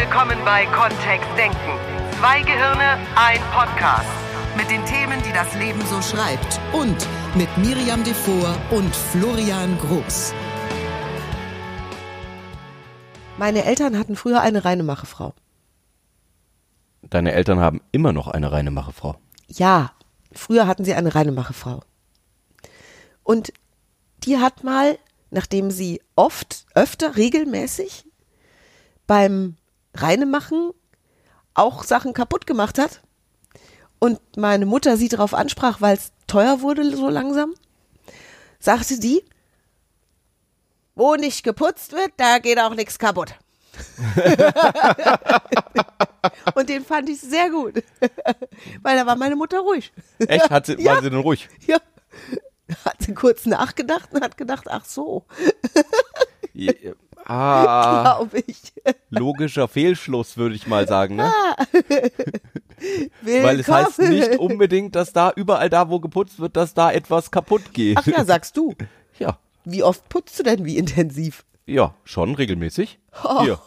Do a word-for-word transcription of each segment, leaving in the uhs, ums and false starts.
willkommen bei Kontext Denken. Zwei Gehirne, ein Podcast. Mit den Themen, die das Leben so schreibt. Und mit Miriam Devor und Florian Groß. Meine Eltern hatten früher eine Reinemacherfrau. Deine Eltern haben immer noch eine Reinemacherfrau. Ja, früher hatten sie eine Reinemacherfrau. Und die hat mal, nachdem sie oft, öfter, regelmäßig beim Reinemachen auch Sachen kaputt gemacht hat und meine Mutter sie darauf ansprach, weil es teuer wurde so langsam, sagte sie, wo nicht geputzt wird, da geht auch nichts kaputt. Und den fand ich sehr gut, weil da war meine Mutter ruhig. Echt? Hat sie, Ja. War sie denn ruhig? Ja, hat sie kurz nachgedacht und hat gedacht, ach so, Ja, ah, glaube ich. logischer Fehlschluss, würde ich mal sagen. Ne? Willkommen. Weil es heißt nicht unbedingt, dass da überall da, wo geputzt wird, dass da etwas kaputt geht. Ach ja, sagst du. Ja, Wie oft putzt du denn, wie intensiv? ja, schon regelmäßig. Hier.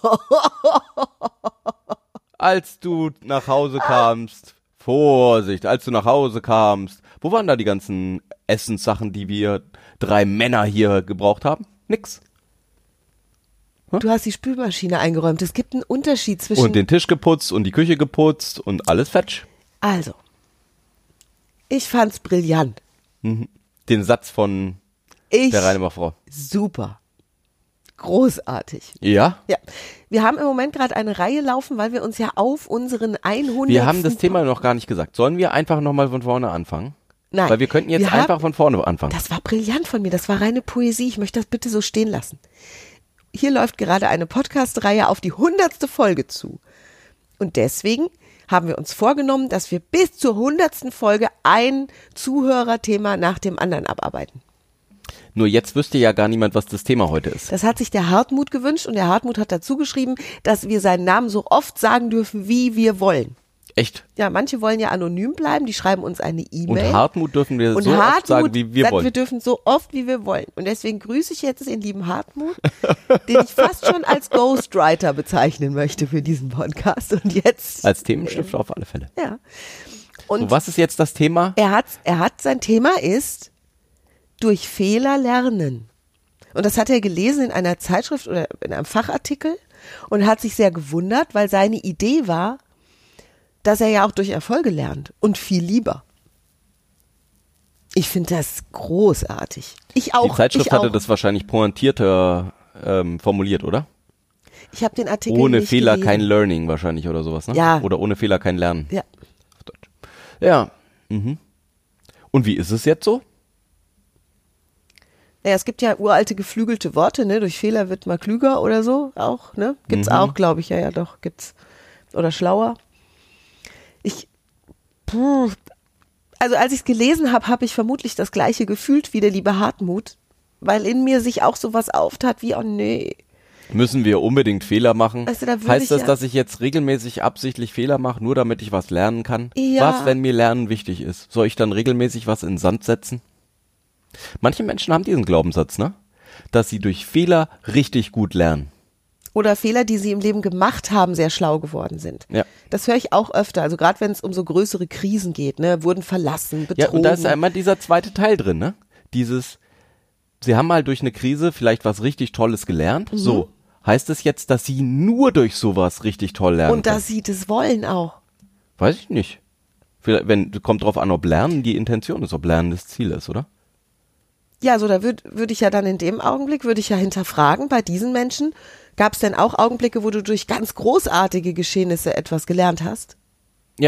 Als du nach Hause kamst, Vorsicht, als du nach Hause kamst, wo waren da die ganzen Essenssachen, die wir drei Männer hier gebraucht haben? Nix. Du hast die Spülmaschine eingeräumt. Es gibt einen Unterschied zwischen... Und den Tisch geputzt und die Küche geputzt und alles fetsch. Also, ich fand's brillant. Den Satz von Ich, der Reinemacherfrau. super. Großartig. Ja? Ja, wir haben im Moment gerade eine Reihe laufen, weil wir uns ja auf unseren hundertsten Wir haben das Thema noch gar nicht gesagt. Sollen wir einfach nochmal von vorne anfangen? Nein, Weil wir könnten jetzt wir einfach haben, von vorne anfangen. Das war brillant von mir, das war reine Poesie. Ich möchte das bitte so stehen lassen. Hier läuft gerade eine Podcast-Reihe auf die hundertste Folge zu. Und deswegen haben wir uns vorgenommen, dass wir bis zur hundertsten Folge ein Zuhörerthema nach dem anderen abarbeiten. Nur jetzt wüsste ja gar niemand, was das Thema heute ist. Das hat sich der Hartmut gewünscht und der Hartmut hat dazu geschrieben, dass wir seinen Namen so oft sagen dürfen, wie wir wollen. Echt? Ja, manche wollen ja anonym bleiben, die schreiben uns eine Und E-Mail. Hartmut dürfen wir Und so Hartmut oft sagen, wie wir sagt, wollen. wir dürfen so oft, wie wir wollen. Und deswegen grüße ich jetzt den lieben Hartmut, den ich fast schon als Ghostwriter bezeichnen möchte für diesen Podcast. Und jetzt... Als Themenstifter auf alle Fälle. Ja. Und So, was ist jetzt das Thema? er hat, er hat, sein Thema ist durch Fehler lernen. Und das hat er gelesen in einer Zeitschrift oder in einem Fachartikel und hat sich sehr gewundert, weil seine Idee war, dass er ja auch durch Erfolge lernt und viel lieber. Ich finde das großartig. Ich auch. Die Zeitschrift ich hatte auch. das wahrscheinlich pointierter ähm, formuliert, oder? Ich habe den Artikel Ohne nicht Fehler gelesen. kein Learning wahrscheinlich oder sowas, ne? Ja. Oder ohne Fehler kein Lernen. Ja. Auf Deutsch. Ja. Mhm. Und wie ist es jetzt so? Naja, es gibt ja uralte geflügelte Worte, ne? Durch Fehler wird man klüger oder so auch, ne? Gibt's Mhm. auch, glaube ich, ja, ja, doch, gibt's. Oder schlauer. Ich, puh, also als ich es gelesen habe, habe ich vermutlich das gleiche gefühlt wie der liebe Hartmut, weil in mir sich auch sowas auftat wie, oh nee. Müssen wir unbedingt Fehler machen? Also da würde heißt ich das, ja- dass ich jetzt regelmäßig absichtlich Fehler mache, nur damit ich was lernen kann? Ja. Was, wenn mir Lernen wichtig ist? Soll ich dann regelmäßig was in den Sand setzen? Manche Menschen haben diesen Glaubenssatz, ne? Dass sie durch Fehler richtig gut lernen. Oder Fehler, die sie im Leben gemacht haben, sehr schlau geworden sind. Ja. Das höre ich auch öfter, also gerade wenn es um so größere Krisen geht, ne? Wurden verlassen, betrogen. Ja, und da ist einmal dieser zweite Teil drin, ne? Dieses, sie haben mal durch eine Krise vielleicht was richtig Tolles gelernt. Mhm. So. Heißt es jetzt, dass sie nur durch sowas richtig toll lernen Und können? dass sie das wollen auch. Weiß ich nicht. Vielleicht, wenn, kommt drauf an, ob Lernen die Intention ist, ob Lernen das Ziel ist, oder? Ja, so da würde würd ich ja dann in dem Augenblick, würde ich ja hinterfragen, bei diesen Menschen, gab es denn auch Augenblicke, wo du durch ganz großartige Geschehnisse etwas gelernt hast? Ja.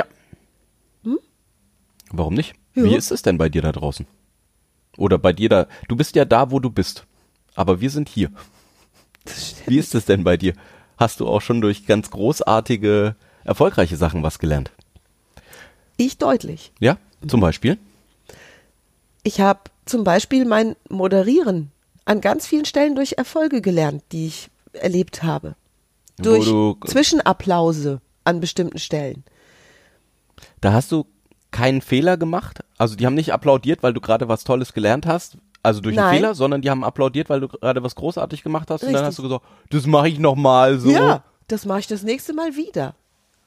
Warum nicht? Ja. Wie ist es denn bei dir da draußen? Oder bei dir da, du bist ja da, wo du bist. Aber wir sind hier. Wie ist es denn bei dir? Hast du auch schon durch ganz großartige, erfolgreiche Sachen was gelernt? Ich deutlich. Ja? Zum Beispiel? Ich habe zum Beispiel mein Moderieren an ganz vielen Stellen durch Erfolge gelernt, die ich erlebt habe. Wo Durch du- Zwischenapplause an bestimmten Stellen. Da hast du keinen Fehler gemacht? Also die haben nicht applaudiert, weil du gerade was Tolles gelernt hast, also durch einen Nein. Fehler, sondern die haben applaudiert, weil du gerade was großartig gemacht hast und dann Richtig. hast du gesagt, das mache ich nochmal so. Ja, das mache ich das nächste Mal wieder.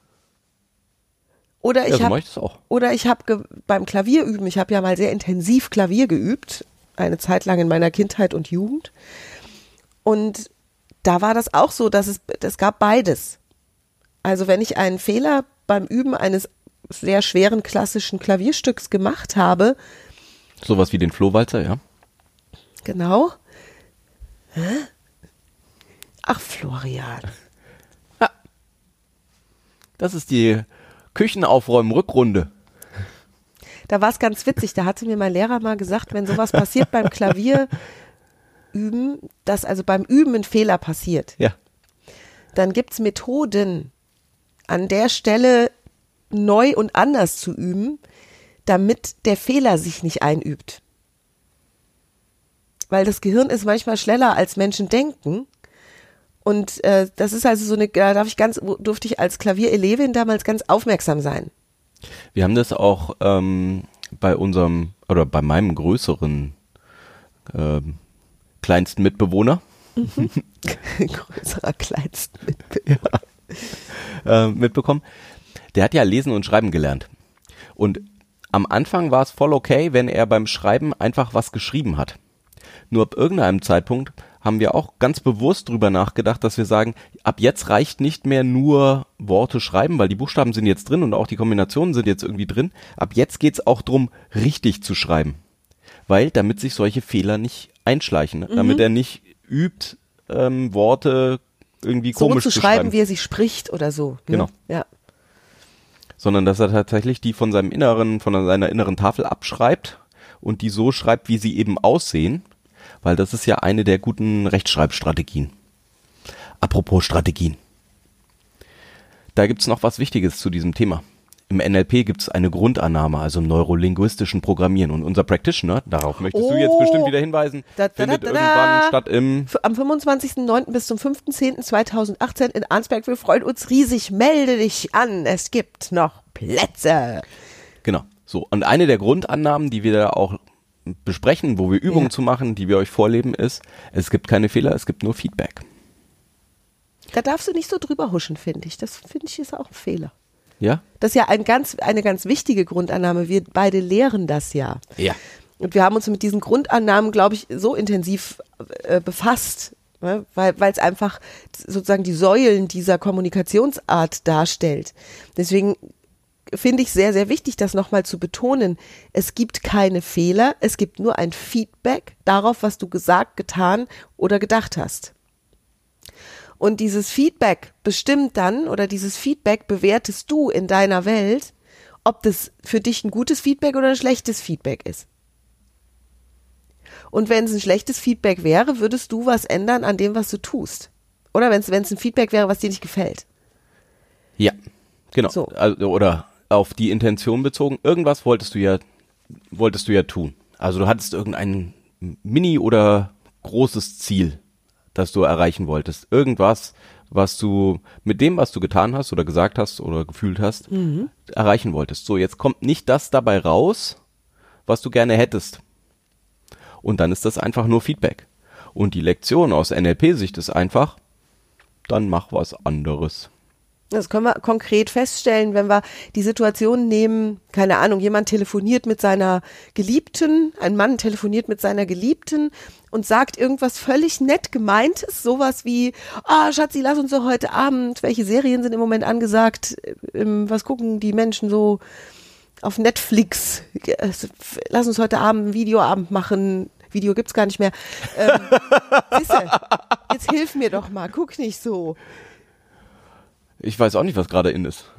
Oder ich Ja, so habe mache ich das auch. oder ich habe beim Klavierüben, ich habe ja mal sehr intensiv Klavier geübt, eine Zeit lang in meiner Kindheit und Jugend. Und da war das auch so, dass es, es gab beides. Also wenn ich einen Fehler beim Üben eines sehr schweren klassischen Klavierstücks gemacht habe, Sowas wie den Flohwalzer, ja. genau. Hä? Ach, Florian. Das ist die Küchenaufräumen-Rückrunde. Da war es ganz witzig, da hatte mir mein Lehrer mal gesagt, wenn sowas passiert beim Klavierüben, dass also beim Üben ein Fehler passiert, Ja. dann gibt es Methoden, an der Stelle neu und anders zu üben, damit der Fehler sich nicht einübt. Weil das Gehirn ist manchmal schneller als Menschen denken. Und äh, das ist also so eine, da darf ich ganz, durfte ich als Klavierelevin damals ganz aufmerksam sein. Wir haben das auch ähm, bei unserem, oder bei meinem größeren ähm, kleinsten Mitbewohner. Größerer, kleinsten Mitbewohner. äh, mitbekommen. Der hat ja lesen und schreiben gelernt. Und am Anfang war es voll okay, wenn er beim Schreiben einfach was geschrieben hat. Nur ab irgendeinem Zeitpunkt haben wir auch ganz bewusst drüber nachgedacht, dass wir sagen, ab jetzt reicht nicht mehr nur Worte schreiben, weil die Buchstaben sind jetzt drin und auch die Kombinationen sind jetzt irgendwie drin. Ab jetzt geht's auch drum, richtig zu schreiben. Weil, damit sich solche Fehler nicht einschleichen, ne? Mhm. Damit er nicht übt, ähm, Worte irgendwie So komisch zu zu schreiben, schreiben. wie er sie spricht oder so. Ne? Genau. Ja. Sondern dass er tatsächlich die von seinem inneren, von seiner inneren Tafel abschreibt und die so schreibt, wie sie eben aussehen, weil das ist ja eine der guten Rechtschreibstrategien. Apropos Strategien. Da gibt's noch was Wichtiges zu diesem Thema. Im N L P gibt's eine Grundannahme, also im neurolinguistischen Programmieren. Und unser Practitioner, darauf möchtest Oh. du jetzt bestimmt wieder hinweisen, Da, da, findet da, da, da. irgendwann statt im... F- Am fünfundzwanzigsten neunten bis zum fünften zehnten zweitausendachtzehn in Arnsberg. Wir freuen uns riesig. Melde dich an. Es gibt noch Plätze. Genau. So. Und eine der Grundannahmen, die wir da auch besprechen, wo wir Übungen Ja. zu machen, die wir euch vorleben, ist, es gibt keine Fehler, es gibt nur Feedback. Da darfst du nicht so drüber huschen, finde ich. Das finde ich ist auch ein Fehler. Ja? Das ist ja ein ganz, eine ganz wichtige Grundannahme. Wir beide lehren das ja. Ja. Und wir haben uns mit diesen Grundannahmen, glaube ich, so intensiv äh, befasst, ne? weil es einfach sozusagen die Säulen dieser Kommunikationsart darstellt. Deswegen finde ich sehr, sehr wichtig, das nochmal zu betonen. Es gibt keine Fehler, es gibt nur ein Feedback darauf, was du gesagt, getan oder gedacht hast. Und dieses Feedback bestimmt dann, oder dieses Feedback bewertest du in deiner Welt, ob das für dich ein gutes Feedback oder ein schlechtes Feedback ist. Und wenn es ein schlechtes Feedback wäre, würdest du was ändern an dem, was du tust. Oder wenn es wenn es ein Feedback wäre, was dir nicht gefällt. Ja, genau. So. Also, oder auf die Intention bezogen, irgendwas wolltest du ja, wolltest du ja tun. Also du hattest irgendein Mini- oder großes Ziel, das du erreichen wolltest. Irgendwas, was du mit dem, was du getan hast oder gesagt hast oder gefühlt hast, mhm. erreichen wolltest. So, jetzt kommt nicht das dabei raus, was du gerne hättest. Und dann ist das einfach nur Feedback. Und die Lektion aus N L P-Sicht ist einfach, dann mach was anderes. Das können wir konkret feststellen, wenn wir die Situation nehmen, keine Ahnung, jemand telefoniert mit seiner Geliebten, ein Mann telefoniert mit seiner Geliebten und sagt irgendwas völlig nett gemeintes, sowas wie, ah, Schatzi, lass uns doch heute Abend, welche Serien sind im Moment angesagt, was gucken die Menschen so auf Netflix, lass uns heute Abend einen Videoabend machen, Video gibt's gar nicht mehr. Ähm, siehste, jetzt hilf mir doch mal, guck nicht so. Ich weiß auch nicht, was gerade in ist.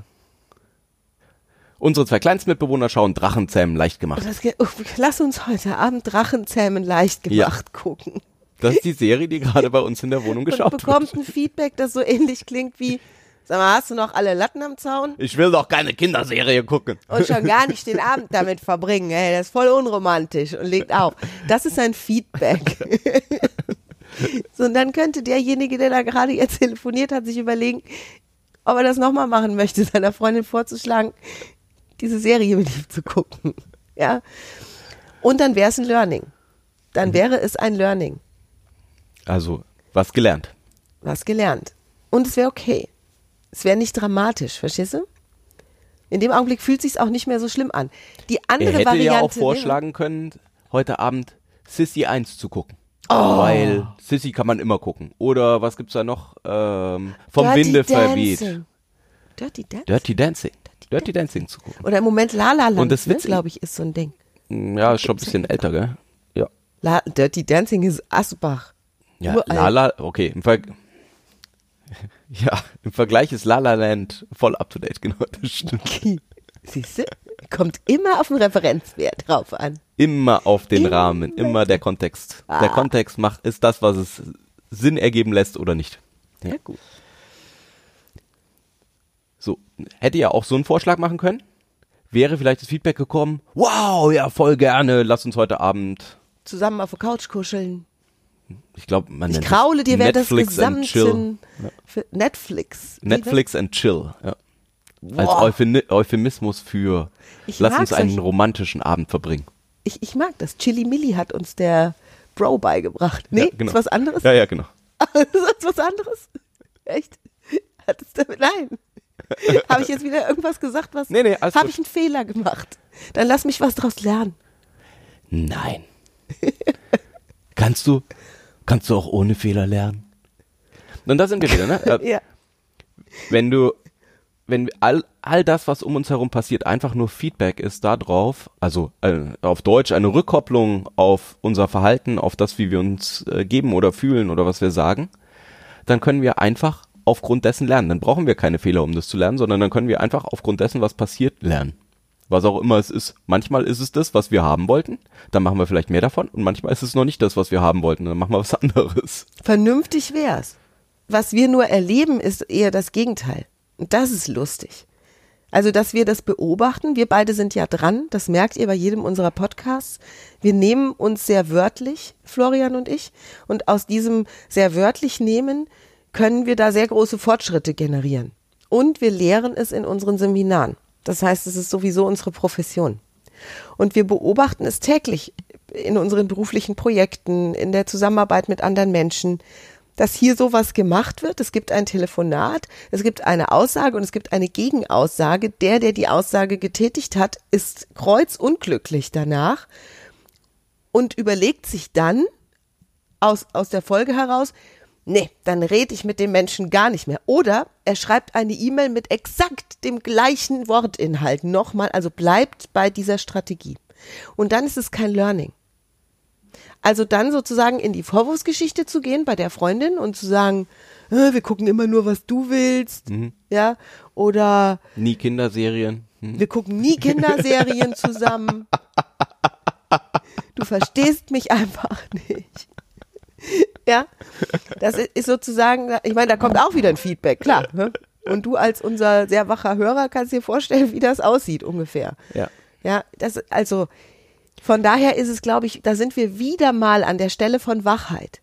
Unsere zwei Kleinstmitbewohner schauen Drachenzähmen leicht gemacht. Das, oh, lass uns heute Abend Drachenzähmen leicht gemacht ja. gucken. Das ist die Serie, die gerade bei uns in der Wohnung geschaut wird. Und bekommt ein Feedback, das so ähnlich klingt wie, sag mal, hast du noch alle Latten am Zaun? Ich will doch keine Kinderserie gucken. Und schon gar nicht den Abend damit verbringen. Ey, das ist voll unromantisch und legt auf. Das ist ein Feedback. So, und dann könnte derjenige, der da gerade jetzt telefoniert hat, sich überlegen, ob er das nochmal machen möchte, seiner Freundin vorzuschlagen, diese Serie mit ihm zu gucken. Ja. Und dann wäre es ein Learning. Dann wäre es ein Learning. Also, was gelernt. Was gelernt. Und es wäre okay. Es wäre nicht dramatisch, verstehst du? In dem Augenblick fühlt es sich auch nicht mehr so schlimm an. Die andere Er hätte Variante ja auch wäre, vorschlagen können, heute Abend Sissy eins zu gucken. Oh. Weil Sissy kann man immer gucken. Oder was gibt's da noch? Ähm, vom Dirty Winde verweht. Dancing. Dirty Dancing? Dirty Dancing. Dirty Dirty Dancing zu gucken. Oder im Moment La La Und Land, das ne, Witzige- glaube ich, ist so ein Ding. Ja, ist schon ein bisschen älter, gell? Ja. La Dirty Dancing ist Asbach. Ja, Uralt. Lala, okay. Im, Ver ja, im Vergleich ist La La Land voll up to date, genau, das stimmt. Siehst du? Kommt immer auf den Referenzwert drauf an. Immer auf den Immer. Rahmen, immer der Kontext. Ah. Der Kontext macht, ist das, was es Sinn ergeben lässt oder nicht. Ja, gut. So, hätte ja auch so einen Vorschlag machen können. Wäre vielleicht das Feedback gekommen, wow, ja, voll gerne, lass uns heute Abend, Zusammen auf der Couch kuscheln. ich glaube, man Ich nennt kraule es dir während des Netflix and Chill. gesamten für Netflix. Wie Netflix and Chill, ja. Als Boah. Euphemi- Euphemismus für Ich lass mag uns einen solche- romantischen Abend verbringen. Ich, ich mag das. Chili Milli hat uns der Bro beigebracht. Nee, Ja, genau. ist was anderes? Ja, ja, genau. ist was anderes? Echt? Hat es damit? Nein. Habe ich jetzt wieder irgendwas gesagt, was? Nee, nee, alles Habe gut. ich einen Fehler gemacht? Dann lass mich was draus lernen. Nein. kannst du, kannst du auch ohne Fehler lernen? Und da sind wir wieder, ne? Äh, Ja. Wenn du, wenn all, all das, was um uns herum passiert, einfach nur Feedback ist da drauf, also äh, auf Deutsch eine Rückkopplung auf unser Verhalten, auf das, wie wir uns äh, geben oder fühlen oder was wir sagen, dann können wir einfach aufgrund dessen lernen. Dann brauchen wir keine Fehler, um das zu lernen, sondern dann können wir einfach aufgrund dessen, was passiert, lernen. Was auch immer es ist. Manchmal ist es das, was wir haben wollten, dann machen wir vielleicht mehr davon und manchmal ist es noch nicht das, was wir haben wollten, dann machen wir was anderes. Vernünftig wär's. Was wir nur erleben, ist eher das Gegenteil. Und das ist lustig. Also, dass wir das beobachten, wir beide sind ja dran, das merkt ihr bei jedem unserer Podcasts. Wir nehmen uns sehr wörtlich, Florian und ich, und aus diesem sehr wörtlich nehmen können wir da sehr große Fortschritte generieren. Und wir lehren es in unseren Seminaren. Das heißt, es ist sowieso unsere Profession. Und wir beobachten es täglich in unseren beruflichen Projekten, in der Zusammenarbeit mit anderen Menschen, dass hier sowas gemacht wird. Es gibt ein Telefonat, es gibt eine Aussage und es gibt eine Gegenaussage. Der, der die Aussage getätigt hat, ist kreuzunglücklich danach und überlegt sich dann aus, aus der Folge heraus, nee, dann rede ich mit dem Menschen gar nicht mehr. Oder er schreibt eine E-Mail mit exakt dem gleichen Wortinhalt nochmal, also bleibt bei dieser Strategie. Und dann ist es kein Learning. Also dann sozusagen in die Vorwurfsgeschichte zu gehen bei der Freundin und zu sagen, äh, wir gucken immer nur, was du willst, Mhm. ja, oder Nie Kinderserien. Hm. wir gucken nie Kinderserien zusammen. Du verstehst mich einfach nicht. Ja, das ist sozusagen, ich meine, da kommt auch wieder ein Feedback, klar. Ne? Und du als unser sehr wacher Hörer kannst dir vorstellen, wie das aussieht ungefähr. Ja. Ja, das, also von daher ist es, glaube ich, da sind wir wieder mal an der Stelle von Wachheit.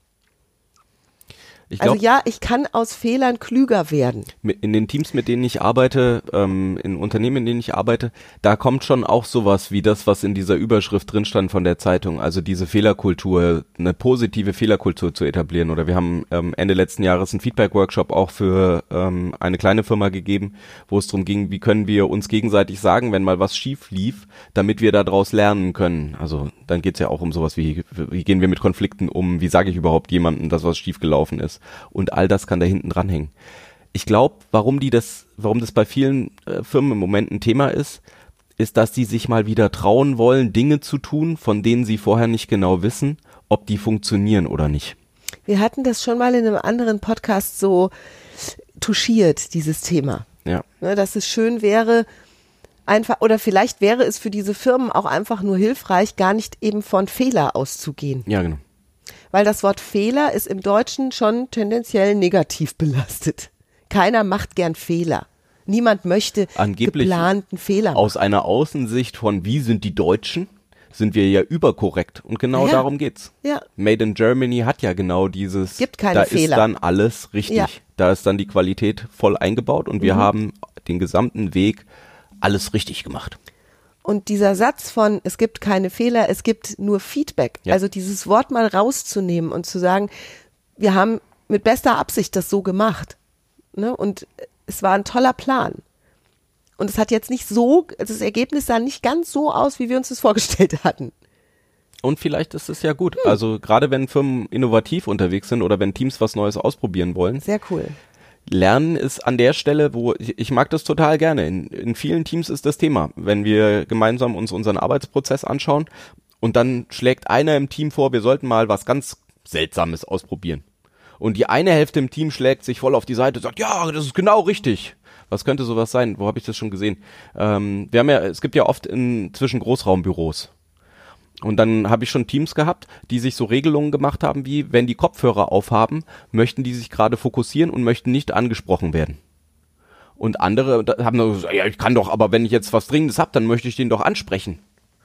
Ich Also glaube, ja, ich kann aus Fehlern klüger werden. in den Teams, mit denen ich arbeite, ähm, in Unternehmen, in denen ich arbeite, da kommt schon auch sowas wie das, was in dieser Überschrift drin stand von der Zeitung, also diese Fehlerkultur, eine positive Fehlerkultur zu etablieren. Oder wir haben ähm, Ende letzten Jahres einen Feedback-Workshop auch für ähm, eine kleine Firma gegeben, wo es darum ging, wie können wir uns gegenseitig sagen, wenn mal was schief lief, damit wir daraus lernen können. Also dann geht's ja auch um sowas wie, wie gehen wir mit Konflikten um, wie sage ich überhaupt jemandem, dass was schief gelaufen ist. Und all das kann da hinten dranhängen. Ich glaube, warum die das, warum das bei vielen äh, Firmen im Moment ein Thema ist, ist, dass die sich mal wieder trauen wollen, Dinge zu tun, von denen sie vorher nicht genau wissen, ob die funktionieren oder nicht. Wir hatten das schon mal in einem anderen Podcast so touchiert, dieses Thema. Ja. Ne, dass es schön wäre, einfach, oder vielleicht wäre es für diese Firmen auch einfach nur hilfreich, gar nicht eben von Fehler auszugehen. Ja, genau. Weil das Wort Fehler ist im Deutschen schon tendenziell negativ belastet. Keiner macht gern Fehler. Niemand möchte Angeblich geplanten Fehler machen. Aus einer Außensicht von wie sind die Deutschen, sind wir ja überkorrekt. Und genau Ja. darum geht's. Ja. Made in Germany hat ja genau dieses, Gibt keine da Fehler. ist dann alles richtig. Ja. Da ist dann die Qualität voll eingebaut und wir Mhm. haben den gesamten Weg alles richtig gemacht. Und dieser Satz von, es gibt keine Fehler, es gibt nur Feedback. Ja. Also dieses Wort mal rauszunehmen und zu sagen, wir haben mit bester Absicht das so gemacht. Ne? Und es war ein toller Plan. Und es hat jetzt nicht so, also das Ergebnis sah nicht ganz so aus, wie wir uns das vorgestellt hatten. Und vielleicht ist es ja gut. Hm. Also gerade wenn Firmen innovativ unterwegs sind oder wenn Teams was Neues ausprobieren wollen. Sehr cool. Lernen ist an der Stelle, wo ich, ich mag das total gerne. In, in vielen Teams ist das Thema, wenn wir gemeinsam uns unseren Arbeitsprozess anschauen und dann schlägt einer im Team vor, wir sollten mal was ganz Seltsames ausprobieren. Und die eine Hälfte im Team schlägt sich voll auf die Seite und sagt, ja, das ist genau richtig. Was könnte sowas sein? Wo habe ich das schon gesehen? Ähm, wir haben ja, es gibt ja oft inzwischen Großraumbüros. Und dann habe ich schon Teams gehabt, die sich so Regelungen gemacht haben, wie wenn die Kopfhörer aufhaben, möchten die sich gerade fokussieren und möchten nicht angesprochen werden. Und andere haben dann gesagt, ja, ich kann doch, aber wenn ich jetzt was Dringendes habe, dann möchte ich den doch ansprechen.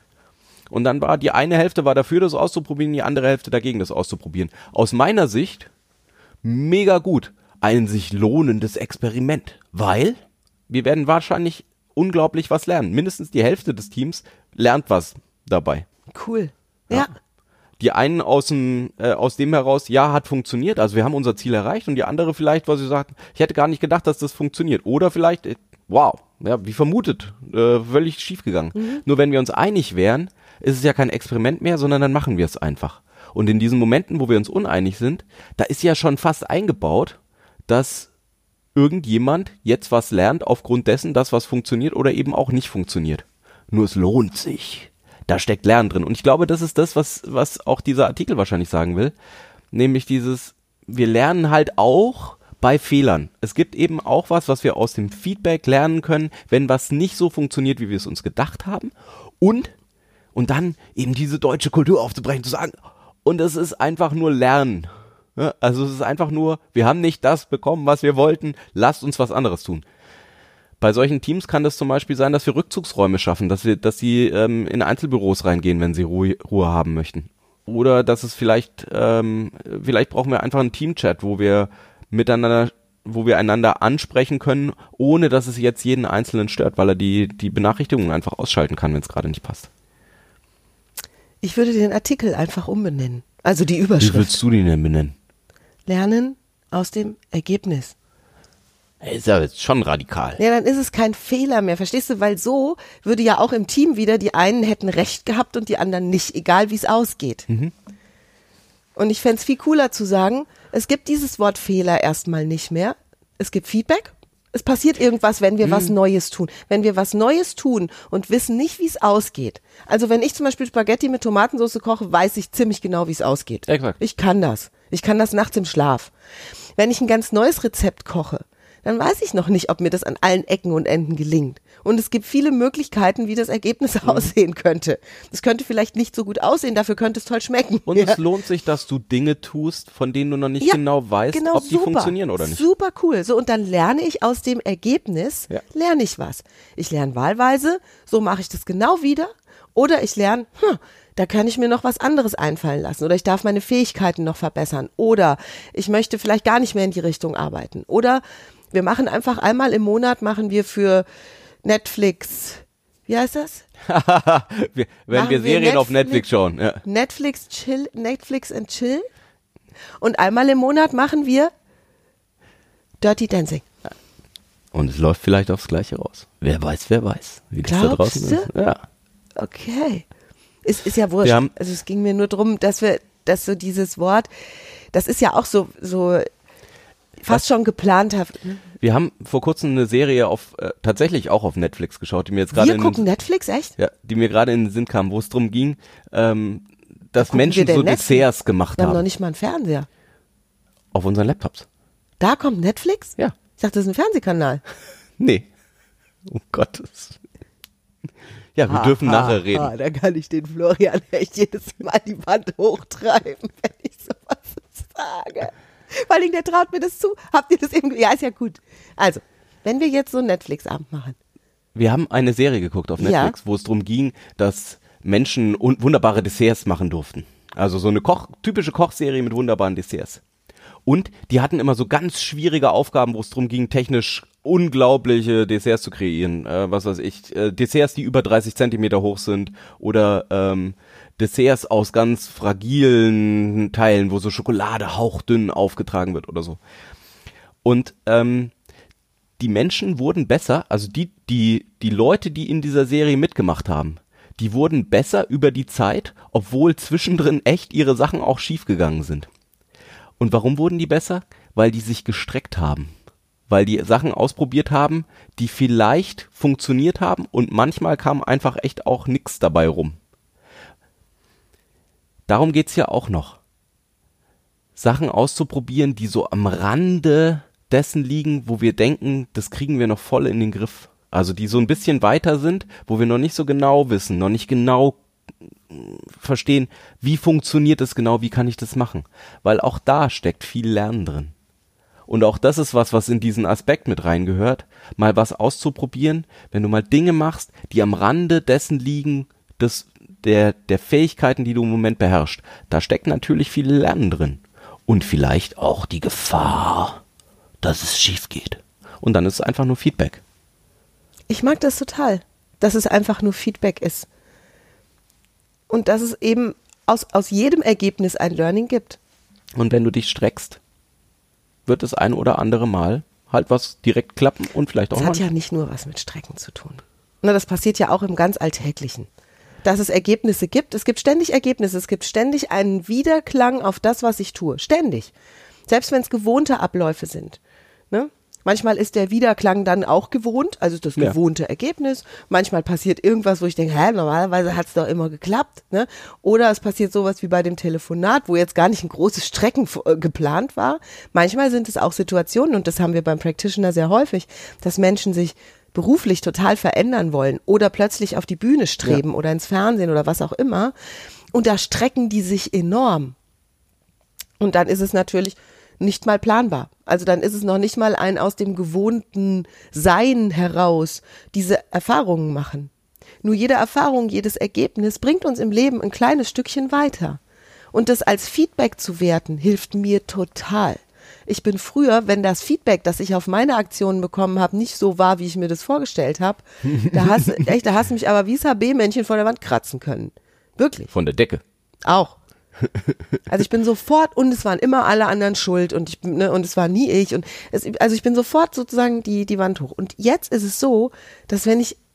Und dann war die eine Hälfte war dafür, das auszuprobieren, die andere Hälfte dagegen, das auszuprobieren. Aus meiner Sicht mega gut. Ein sich lohnendes Experiment, weil wir werden wahrscheinlich unglaublich was lernen. Mindestens die Hälfte des Teams lernt was dabei. Cool. Ja. Ja. Die einen aus dem, äh, aus dem heraus, ja, hat funktioniert, also wir haben unser Ziel erreicht, und die andere vielleicht, weil sie sagten, ich hätte gar nicht gedacht, dass das funktioniert. Oder vielleicht, äh, wow, ja, wie vermutet, äh, völlig schief gegangen. Mhm. Nur wenn wir uns einig wären, ist es ja kein Experiment mehr, sondern dann machen wir es einfach. Und in diesen Momenten, wo wir uns uneinig sind, da ist ja schon fast eingebaut, dass irgendjemand jetzt was lernt aufgrund dessen, dass was funktioniert oder eben auch nicht funktioniert. Nur es lohnt sich. Da steckt Lernen drin. Und ich glaube, das ist das, was, was auch dieser Artikel wahrscheinlich sagen will. Nämlich dieses, wir lernen halt auch bei Fehlern. Es gibt eben auch was, was wir aus dem Feedback lernen können, wenn was nicht so funktioniert, wie wir es uns gedacht haben. Und, und dann eben diese deutsche Kultur aufzubrechen, zu sagen, und es ist einfach nur Lernen. Ja, also es ist einfach nur, wir haben nicht das bekommen, was wir wollten, lasst uns was anderes tun. Bei solchen Teams kann das zum Beispiel sein, dass wir Rückzugsräume schaffen, dass wir, dass sie ähm, in Einzelbüros reingehen, wenn sie Ruhe, Ruhe haben möchten. Oder dass es vielleicht, ähm, vielleicht brauchen wir einfach einen Teamchat, wo wir miteinander, wo wir einander ansprechen können, ohne dass es jetzt jeden Einzelnen stört, weil er die, die Benachrichtigungen einfach ausschalten kann, wenn es gerade nicht passt. Ich würde den Artikel einfach umbenennen. Also die Überschrift. Wie würdest du den denn benennen? Lernen aus dem Ergebnis. Ist ja jetzt schon radikal. Ja, dann ist es kein Fehler mehr, verstehst du? Weil so würde ja auch im Team wieder, die einen hätten recht gehabt und die anderen nicht, egal wie es ausgeht. Mhm. Und ich fände es viel cooler zu sagen, es gibt dieses Wort Fehler erstmal nicht mehr. Es gibt Feedback. Es passiert irgendwas, wenn wir mhm. was Neues tun. Wenn wir was Neues tun und wissen nicht, wie es ausgeht. Also wenn ich zum Beispiel Spaghetti mit Tomatensauce koche, weiß ich ziemlich genau, wie es ausgeht. Exakt. Ich kann das. Ich kann das nachts im Schlaf. Wenn ich ein ganz neues Rezept koche, dann weiß ich noch nicht, ob mir das an allen Ecken und Enden gelingt. Und es gibt viele Möglichkeiten, wie das Ergebnis mhm. aussehen könnte. Das könnte vielleicht nicht so gut aussehen, dafür könnte es toll schmecken. Und ja. Es lohnt sich, dass du Dinge tust, von denen du noch nicht ja, genau weißt, genau, ob die super, funktionieren oder nicht. Super cool. So, und dann lerne ich aus dem Ergebnis, ja. lerne ich was. Ich lerne wahlweise, so mache ich das genau wieder. Oder ich lerne, hm, da kann ich mir noch was anderes einfallen lassen. Oder ich darf meine Fähigkeiten noch verbessern. Oder ich möchte vielleicht gar nicht mehr in die Richtung arbeiten. Oder wir machen einfach einmal im Monat, machen wir für Netflix, wie heißt das? wir, wenn machen wir Serien wir Netflix, auf Netflix schauen. Ja. Netflix Chill, Netflix and Chill. Und einmal im Monat machen wir Dirty Dancing. Und es läuft vielleicht aufs Gleiche raus. Wer weiß, wer weiß, wie das da draußen ist. Ja. Okay. Es ist ja wurscht. Haben, also es ging mir nur darum, dass wir, dass so dieses Wort, das ist ja auch so, so fast schon geplant haben. Wir haben vor kurzem eine Serie auf, äh, tatsächlich auch auf Netflix geschaut, die mir jetzt gerade Wir gucken Netflix, echt? Ja, die mir gerade in den Sinn kam, wo es darum ging, ähm, dass Menschen so Netflix? Desserts gemacht wir haben. Wir haben noch nicht mal einen Fernseher. Auf unseren Laptops. Da kommt Netflix? Ja. Ich dachte, das ist ein Fernsehkanal. Nee. Um Gottes. Ja, wir ha, dürfen ha, nachher reden. Ha, da kann ich den Florian echt jedes Mal die Wand hochtreiben, wenn ich sowas sage. Vor allem, der traut mir das zu. Habt ihr das irgendwie? Ja, ist ja gut. Also, wenn wir jetzt so einen Netflix-Abend machen. Wir haben eine Serie geguckt auf Netflix, ja. wo es darum ging, dass Menschen un- wunderbare Desserts machen durften. Also so eine Koch- typische Kochserie mit wunderbaren Desserts. Und die hatten immer so ganz schwierige Aufgaben, wo es darum ging, technisch unglaubliche Desserts zu kreieren. Äh, was weiß ich, äh, Desserts, die über dreißig Zentimeter hoch sind oder ähm, Desserts aus ganz fragilen Teilen, wo so Schokolade hauchdünn aufgetragen wird oder so. Und ähm, die Menschen wurden besser, also die, die, die Leute, die in dieser Serie mitgemacht haben, die wurden besser über die Zeit, obwohl zwischendrin echt ihre Sachen auch schiefgegangen sind. Und warum wurden die besser? Weil die sich gestreckt haben. Weil die Sachen ausprobiert haben, die vielleicht funktioniert haben und manchmal kam einfach echt auch nix dabei rum. Darum geht's ja auch noch. Sachen auszuprobieren, die so am Rande dessen liegen, wo wir denken, das kriegen wir noch voll in den Griff. Also die so ein bisschen weiter sind, wo wir noch nicht so genau wissen, noch nicht genau verstehen, wie funktioniert es genau, wie kann ich das machen. Weil auch da steckt viel Lernen drin. Und auch das ist was, was in diesen Aspekt mit reingehört, mal was auszuprobieren, wenn du mal Dinge machst, die am Rande dessen liegen, des, der, der Fähigkeiten, die du im Moment beherrschst. Da steckt natürlich viel Lernen drin. Und vielleicht auch die Gefahr, dass es schief geht. Und dann ist es einfach nur Feedback. Ich mag das total, dass es einfach nur Feedback ist. Und dass es eben aus, aus jedem Ergebnis ein Learning gibt. Und wenn du dich streckst, wird das ein oder andere Mal halt was direkt klappen und vielleicht auch Das mal. hat ja nicht nur was mit Strecken zu tun. Na, das passiert ja auch im ganz Alltäglichen. Dass es Ergebnisse gibt. Es gibt ständig Ergebnisse. Es gibt ständig einen Widerklang auf das, was ich tue. Ständig. Selbst wenn es gewohnte Abläufe sind. Ne? Manchmal ist der Widerklang dann auch gewohnt, also das Ja. gewohnte Ergebnis. Manchmal passiert irgendwas, wo ich denke, hä, normalerweise hat es doch immer geklappt. Ne? Oder es passiert sowas wie bei dem Telefonat, wo jetzt gar nicht ein großes Strecken äh, geplant war. Manchmal sind es auch Situationen, und das haben wir beim Practitioner sehr häufig, dass Menschen sich beruflich total verändern wollen oder plötzlich auf die Bühne streben Ja. oder ins Fernsehen oder was auch immer. Und da strecken die sich enorm. Und dann ist es natürlich nicht mal planbar. Also dann ist es noch nicht mal ein aus dem gewohnten Sein heraus diese Erfahrungen machen. Nur jede Erfahrung, jedes Ergebnis bringt uns im Leben ein kleines Stückchen weiter. Und das als Feedback zu werten, hilft mir total. Ich bin früher, wenn das Feedback, das ich auf meine Aktionen bekommen habe, nicht so war, wie ich mir das vorgestellt habe, da hast, echt, da hast du mich aber wie das H B-Männchen vor der Wand kratzen können. Wirklich. Von der Decke. Auch. Also ich bin sofort, und es waren immer alle anderen schuld und ich ne, und es war nie ich und es, also ich bin sofort sozusagen die die Wand hoch. Und jetzt ist es so, dass wenn ich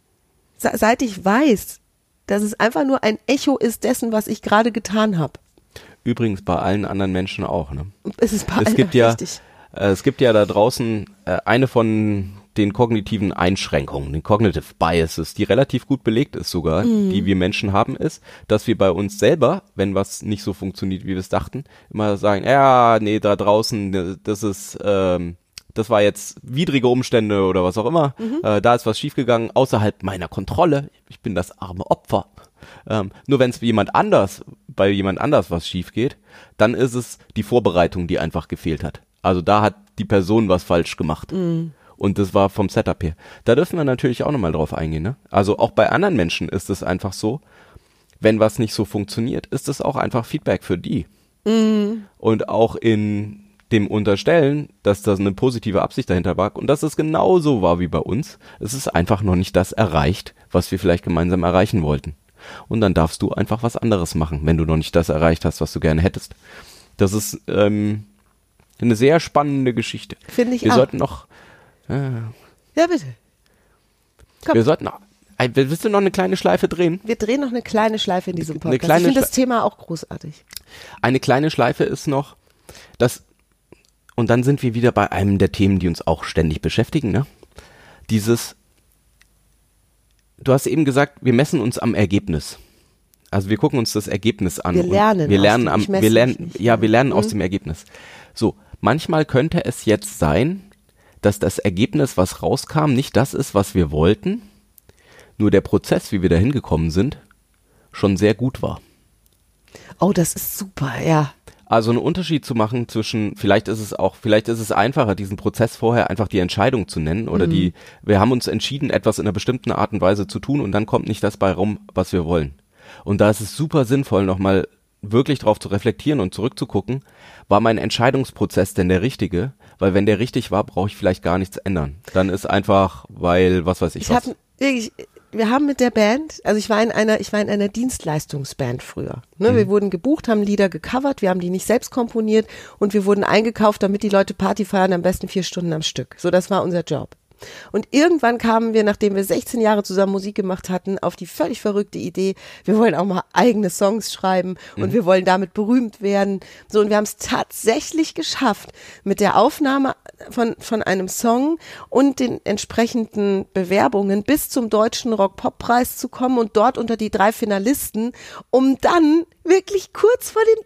seit ich weiß, dass es einfach nur ein Echo ist dessen, was ich gerade getan habe. Übrigens bei allen anderen Menschen auch. Ne? Es ist bei Es allen gibt ja, richtig. äh, es gibt ja da draußen äh, eine von den kognitiven Einschränkungen, den Cognitive Biases, die relativ gut belegt ist sogar, Mhm. die wir Menschen haben, ist, dass wir bei uns selber, wenn was nicht so funktioniert, wie wir es dachten, immer sagen, ja, nee, da draußen, das ist, ähm, das war jetzt widrige Umstände oder was auch immer, Mhm. äh, da ist was schiefgegangen, außerhalb meiner Kontrolle, ich bin das arme Opfer. Ähm, nur wenn es jemand anders, bei jemand anders was schief geht, dann ist es die Vorbereitung, die einfach gefehlt hat. Also da hat die Person was falsch gemacht. Mhm. Und das war vom Setup her. Da dürfen wir natürlich auch nochmal drauf eingehen. Ne? Also auch bei anderen Menschen ist es einfach so, wenn was nicht so funktioniert, ist es auch einfach Feedback für die. Mhm. Und auch in dem Unterstellen, dass das eine positive Absicht dahinter war und dass es genauso war wie bei uns, es ist einfach noch nicht das erreicht, was wir vielleicht gemeinsam erreichen wollten. Und dann darfst du einfach was anderes machen, wenn du noch nicht das erreicht hast, was du gerne hättest. Das ist ähm, eine sehr spannende Geschichte. Finde ich wir auch. sollten noch äh, Ja, bitte. Komm. Wir sollten noch, äh, willst du noch eine kleine Schleife drehen? Wir drehen noch eine kleine Schleife in diesem Eine Podcast. kleine Ich finde Schle- das Thema auch großartig. Eine kleine Schleife ist noch, dass, und dann sind wir wieder bei einem der Themen, die uns auch ständig beschäftigen, ne? Dieses, du hast eben gesagt, wir messen uns am Ergebnis. Also wir gucken uns das Ergebnis an. Wir und lernen wir aus lernen dem- am, ich messe wir mich lernen, nicht. ja, wir lernen Mhm. aus dem Ergebnis. So, manchmal könnte es jetzt sein, dass das Ergebnis, was rauskam, nicht das ist, was wir wollten, nur der Prozess, wie wir da hingekommen sind, schon sehr gut war. Oh, das ist super, ja. Also einen Unterschied zu machen zwischen, vielleicht ist es auch, vielleicht ist es einfacher, diesen Prozess vorher einfach die Entscheidung zu nennen oder die, wir haben uns entschieden, etwas in einer bestimmten Art und Weise zu tun und dann kommt nicht das bei rum, was wir wollen. Und da ist es super sinnvoll, nochmal wirklich drauf zu reflektieren und zurückzugucken, war mein Entscheidungsprozess denn der richtige? Weil wenn der richtig war, brauche ich vielleicht gar nichts ändern. Dann ist einfach, weil, was weiß ich, Ich was. habe wirklich, wir haben mit der Band, also ich war in einer, ich war in einer Dienstleistungsband früher. Ne? Mhm. Wir wurden gebucht, haben Lieder gecovert, wir haben die nicht selbst komponiert und wir wurden eingekauft, damit die Leute Party feiern, am besten vier Stunden am Stück. So, das war unser Job. Und irgendwann kamen wir, nachdem wir sechzehn Jahre zusammen Musik gemacht hatten, auf die völlig verrückte Idee, wir wollen auch mal eigene Songs schreiben und mhm. wir wollen damit berühmt werden. So, und wir haben es tatsächlich geschafft, mit der Aufnahme von, von einem Song und den entsprechenden Bewerbungen bis zum Deutschen Rock-Pop-Preis zu kommen und dort unter die drei Finalisten, um dann wirklich kurz vor dem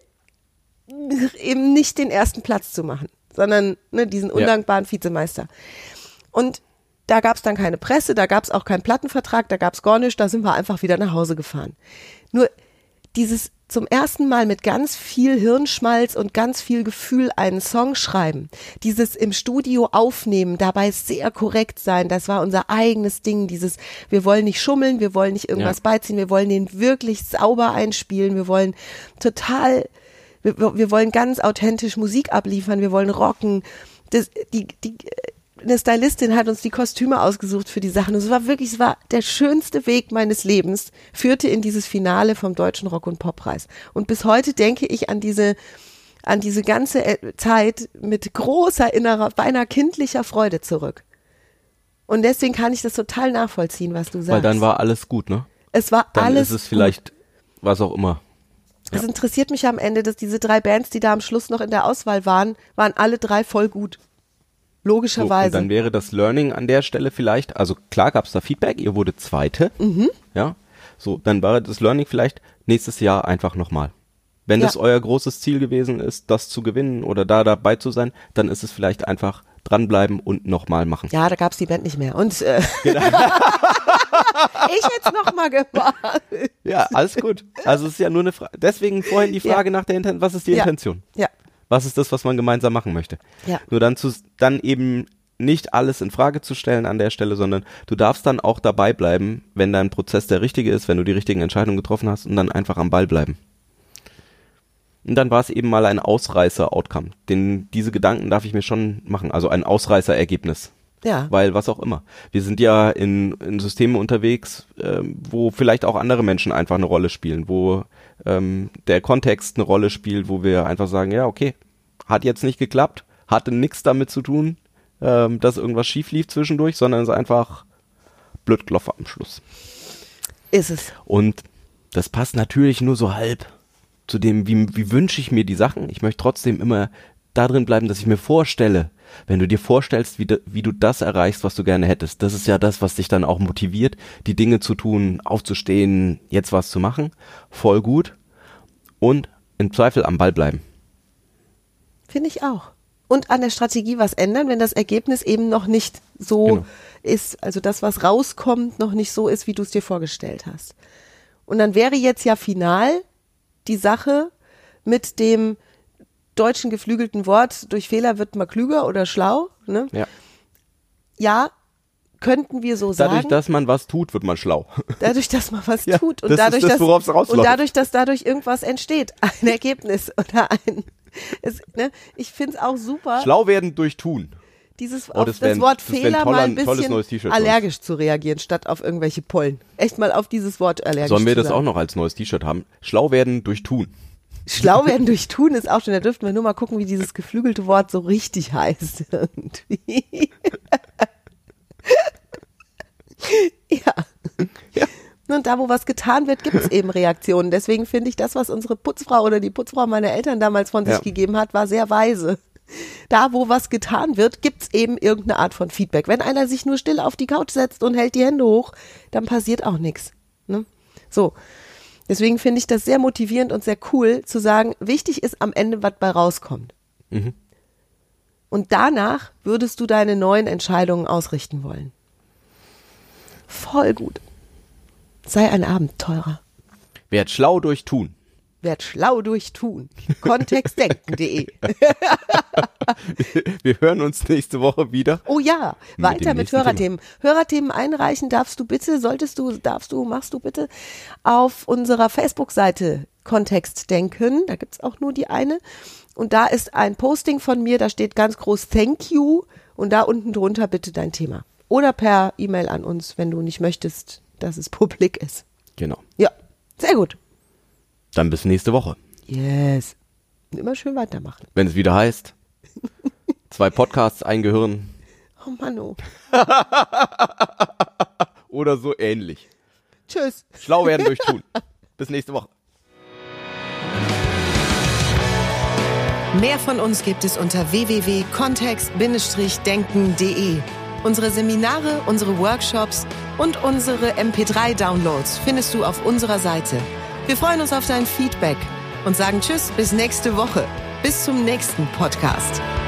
Ziel eben nicht den ersten Platz zu machen, sondern ne, diesen undankbaren ja. Vizemeister. Und da gab es dann keine Presse, da gab es auch keinen Plattenvertrag, da gab es gar nichts, da sind wir einfach wieder nach Hause gefahren. Nur dieses zum ersten Mal mit ganz viel Hirnschmalz und ganz viel Gefühl einen Song schreiben, dieses im Studio aufnehmen, dabei sehr korrekt sein, das war unser eigenes Ding, dieses, wir wollen nicht schummeln, wir wollen nicht irgendwas ja. beiziehen, wir wollen den wirklich sauber einspielen, wir wollen total, wir, wir wollen ganz authentisch Musik abliefern, wir wollen rocken, das, die, die, eine Stylistin hat uns die Kostüme ausgesucht für die Sachen. Und es war wirklich, es war der schönste Weg meines Lebens, führte in dieses Finale vom Deutschen Rock- und Poppreis. Und bis heute denke ich an diese, an diese ganze Zeit mit großer innerer, beinahe kindlicher Freude zurück. Und deswegen kann ich das total nachvollziehen, was du sagst. Weil dann war alles gut, ne? Es war dann alles Dann ist es vielleicht, gut. was auch immer. Es ja. interessiert mich am Ende, dass diese drei Bands, die da am Schluss noch in der Auswahl waren, waren alle drei voll gut. Logischerweise. So, und dann wäre das Learning an der Stelle vielleicht, also klar gab es da Feedback, ihr wurde Zweite, mhm. ja, so, dann wäre das Learning vielleicht nächstes Jahr einfach nochmal. Wenn ja. das euer großes Ziel gewesen ist, das zu gewinnen oder da dabei zu sein, dann ist es vielleicht einfach dranbleiben und nochmal machen. Ja, da gab es die Band nicht mehr und äh, genau. ich hätte es nochmal gemacht. Ja, alles gut. Also es ist ja nur eine Frage, deswegen vorhin die Frage ja. nach der Intention, was ist die ja. Intention? Ja. Was ist das, was man gemeinsam machen möchte? Ja. Nur dann zu, dann eben nicht alles in Frage zu stellen an der Stelle, sondern du darfst dann auch dabei bleiben, wenn dein Prozess der richtige ist, wenn du die richtigen Entscheidungen getroffen hast und dann einfach am Ball bleiben. Und dann war es eben mal ein Ausreißer-Outcome. Den, diese Gedanken darf ich mir schon machen, also ein Ausreißer-Ergebnis. Ja. Weil was auch immer. Wir sind ja in, in Systemen unterwegs, ähm, wo vielleicht auch andere Menschen einfach eine Rolle spielen, wo ähm, der Kontext eine Rolle spielt, wo wir einfach sagen, ja, okay, hat jetzt nicht geklappt, hatte nichts damit zu tun, ähm, dass irgendwas schief lief zwischendurch, sondern es ist einfach Blödkloffer am Schluss. Ist es. Und das passt natürlich nur so halb zu dem, wie, wie wünsche ich mir die Sachen. Ich möchte trotzdem immer da drin bleiben, dass ich mir vorstelle, wenn du dir vorstellst, wie, de, wie du das erreichst, was du gerne hättest, das ist ja das, was dich dann auch motiviert, die Dinge zu tun, aufzustehen, jetzt was zu machen, voll gut und im Zweifel am Ball bleiben. Finde ich auch. Und an der Strategie was ändern, wenn das Ergebnis eben noch nicht so genau. ist, also das, was rauskommt, noch nicht so ist, wie du es dir vorgestellt hast. Und dann wäre jetzt ja final die Sache mit dem deutschen geflügelten Wort, durch Fehler wird man klüger oder schlau. Ne? Ja. ja, könnten wir so sagen. Dadurch, dass man was tut, wird man schlau. Dadurch, dass man was ja, tut. Und das dadurch, ist das, worauf es rausläuft. Und dadurch, dass dadurch irgendwas entsteht. Ein Ergebnis oder ein... Es, ne? Ich finde es auch super. Schlau werden durch Tun. Dieses, oh, auf das, das wär, Wort das Fehler toller, mal ein bisschen allergisch sonst. zu reagieren, statt auf irgendwelche Pollen. Echt mal auf dieses Wort allergisch zu Sollen wir zu das sagen. auch noch als neues T-Shirt haben? Schlau werden durch Tun. Schlau werden durch Tun ist auch schon, da dürften wir nur mal gucken, wie dieses geflügelte Wort so richtig heißt. Irgendwie. ja. ja. Und da, wo was getan wird, gibt es eben Reaktionen. Deswegen finde ich, das, was unsere Putzfrau oder die Putzfrau meiner Eltern damals von sich ja. gegeben hat, war sehr weise. Da, wo was getan wird, gibt es eben irgendeine Art von Feedback. Wenn einer sich nur still auf die Couch setzt und hält die Hände hoch, dann passiert auch nichts. Ne? So. Deswegen finde ich das sehr motivierend und sehr cool, zu sagen, wichtig ist am Ende, was bei rauskommt. Mhm. Und danach würdest du deine neuen Entscheidungen ausrichten wollen. Voll gut. Sei ein Abenteurer. Werd schlau durch Tun. Werd schlau durch Tun. kontextdenken punkt de Wir hören uns nächste Woche wieder. Oh ja, mit weiter mit Hörerthemen. Thema. Hörerthemen einreichen darfst du bitte, solltest du, darfst du, machst du bitte auf unserer Facebook-Seite Kontextdenken. Da gibt's auch nur die eine. Und da ist ein Posting von mir, da steht ganz groß Thank you und da unten drunter bitte dein Thema. Oder per E-Mail an uns, wenn du nicht möchtest, dass es publik ist. Genau. Ja, sehr gut. Dann bis nächste Woche. Yes. Und immer schön weitermachen. Wenn es wieder heißt, zwei Podcasts, ein Gehirn. Oh Mann, oh. Oder so ähnlich. Tschüss. Schlau werden durch Tun. Bis nächste Woche. Mehr von uns gibt es unter w w w punkt kontext Bindestrich denken punkt de. Unsere Seminare, unsere Workshops und unsere M P drei Downloads findest du auf unserer Seite. Wir freuen uns auf dein Feedback und sagen Tschüss bis nächste Woche. Bis zum nächsten Podcast.